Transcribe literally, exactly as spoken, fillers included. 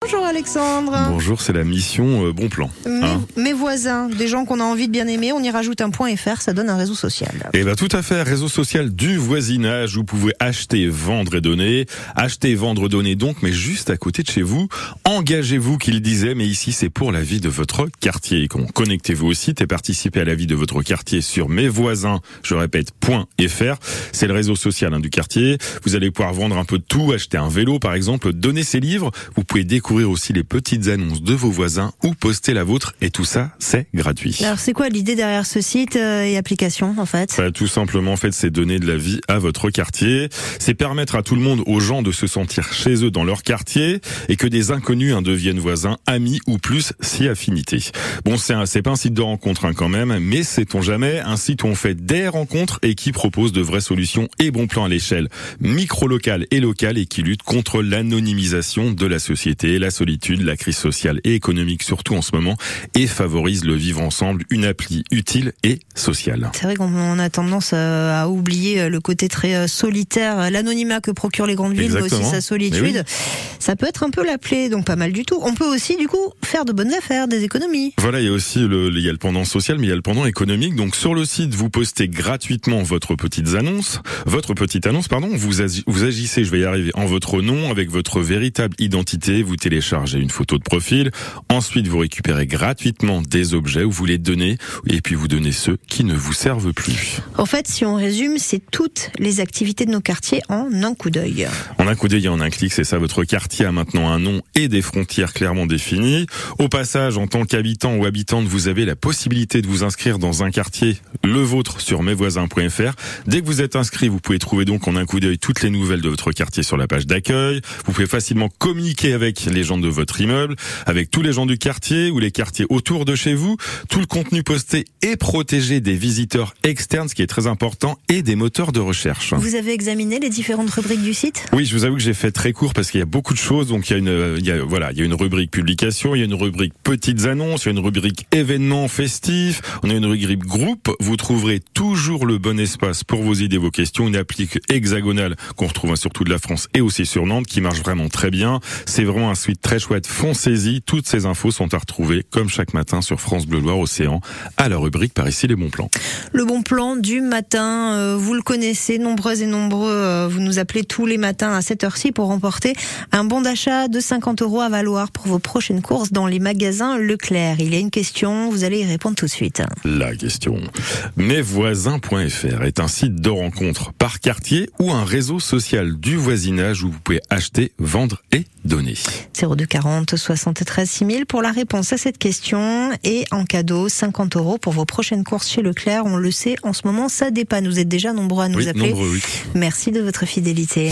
Bonjour Alexandre. Bonjour, c'est la mission euh, Bon Plan. Mes, hein. mes voisins, des gens qu'on a envie de bien aimer, on y rajoute un point F R, ça donne un réseau social. Eh bien tout à fait, réseau social du voisinage, vous pouvez acheter, vendre et donner. Acheter, vendre, donner donc, mais juste à côté de chez vous. Engagez-vous, qu'il disait, mais ici c'est pour la vie de votre quartier. Connectez-vous au site et participez à la vie de votre quartier sur mes voisins, je répète, point F R. C'est le réseau social hein, du quartier. Vous allez pouvoir vendre un peu de tout, acheter un vélo par exemple, donner ses livres. Vous pouvez découvrir aussi les petites annonces de vos voisins ou poster la vôtre, et tout ça, c'est gratuit. Alors c'est quoi l'idée derrière ce site euh, et application en fait? Bah, tout simplement, en fait, c'est donner de la vie à votre quartier. C'est permettre à tout le monde, aux gens, de se sentir chez eux dans leur quartier, et que des inconnus hein, deviennent voisins, amis ou plus, si affinité. Bon, c'est un, c'est pas un site de rencontre hein, quand même, mais sait-on jamais, un site où on fait des rencontres et qui propose de vraies solutions et bons plans à l'échelle micro-locale et locale, et qui lutte contre l'anonymisation de la société, la solitude, la crise sociale et économique surtout en ce moment, et favorise le vivre ensemble, une appli utile et sociale. C'est vrai qu'on a tendance à oublier le côté très solitaire, l'anonymat que procurent les grandes villes, mais aussi sa solitude. Oui. Ça peut être un peu l'appelé, donc pas mal du tout. On peut aussi du coup faire de bonnes affaires, des économies. Voilà, il y a aussi le, il y a le pendant social, mais il y a le pendant économique. Donc sur le site, vous postez gratuitement votre petite annonce, votre petite annonce, pardon. Vous, agi, vous agissez, je vais y arriver, en votre nom, avec votre véritable identité. Vous téléchargez une photo de profil. Ensuite, vous récupérez gratuitement des objets ou vous les donnez, et puis vous donnez ceux qui ne vous servent plus. En fait, si on résume, c'est toutes les activités de nos quartiers en un coup d'œil. En un coup d'œil et en un clic, c'est ça. Votre quartier a maintenant un nom et des frontières clairement définies. Au passage, en tant qu'habitant ou habitante, vous avez la possibilité de vous inscrire dans un quartier, le vôtre, sur mes voisins point F R. Dès que vous êtes inscrit, vous pouvez trouver donc en un coup d'œil toutes les nouvelles de votre quartier sur la page d'accueil. Vous pouvez facilement communiquer avec les gens de votre immeuble, avec tous les gens du quartier ou les quartiers autour de chez vous. Tout le contenu posté est protégé des visiteurs externes, ce qui est très important, et des moteurs de recherche. Vous avez examiné les différentes rubriques du site ? Oui, je vous avoue que j'ai fait très court parce qu'il y a beaucoup de choses. Donc il y a une, il y a, voilà, il y a une rubrique publication, il y a une rubrique petites annonces, il y a une rubrique événements festifs, on a une rubrique groupe. Vous trouverez toujours le bon espace pour vos idées, vos questions. Une appli hexagonale qu'on retrouve surtout de la France et aussi sur Nantes, qui marche vraiment très bien. C'est vraiment un site très chouette. Foncez-y. Toutes ces infos sont à retrouver comme chaque matin sur France Bleu Loire Océan, à la rubrique par ici les bons plans. Le bon plan du matin, euh, vous le connaissez, nombreuses et nombreux, euh, vous nous appelez tous les matins à cette heure-ci pour remporter un bon d'achat de cinquante euros à valoir pour vos prochaines courses dans les magasins Leclerc. Il y a une question, vous allez y répondre tout de suite. La question. mes voisins point F R est un site de rencontre par quartier ou un réseau social du voisinage où vous pouvez acheter, vendre et donner. zéro deux quarante soixante-treize six mille pour la réponse à cette question, et en cadeau cinquante euros pour vos prochaines courses chez Leclerc. On le sait, en ce moment ça dépanne. Vous êtes déjà nombreux à nous oui, appeler. Nombreux, oui. Merci de votre fidélité.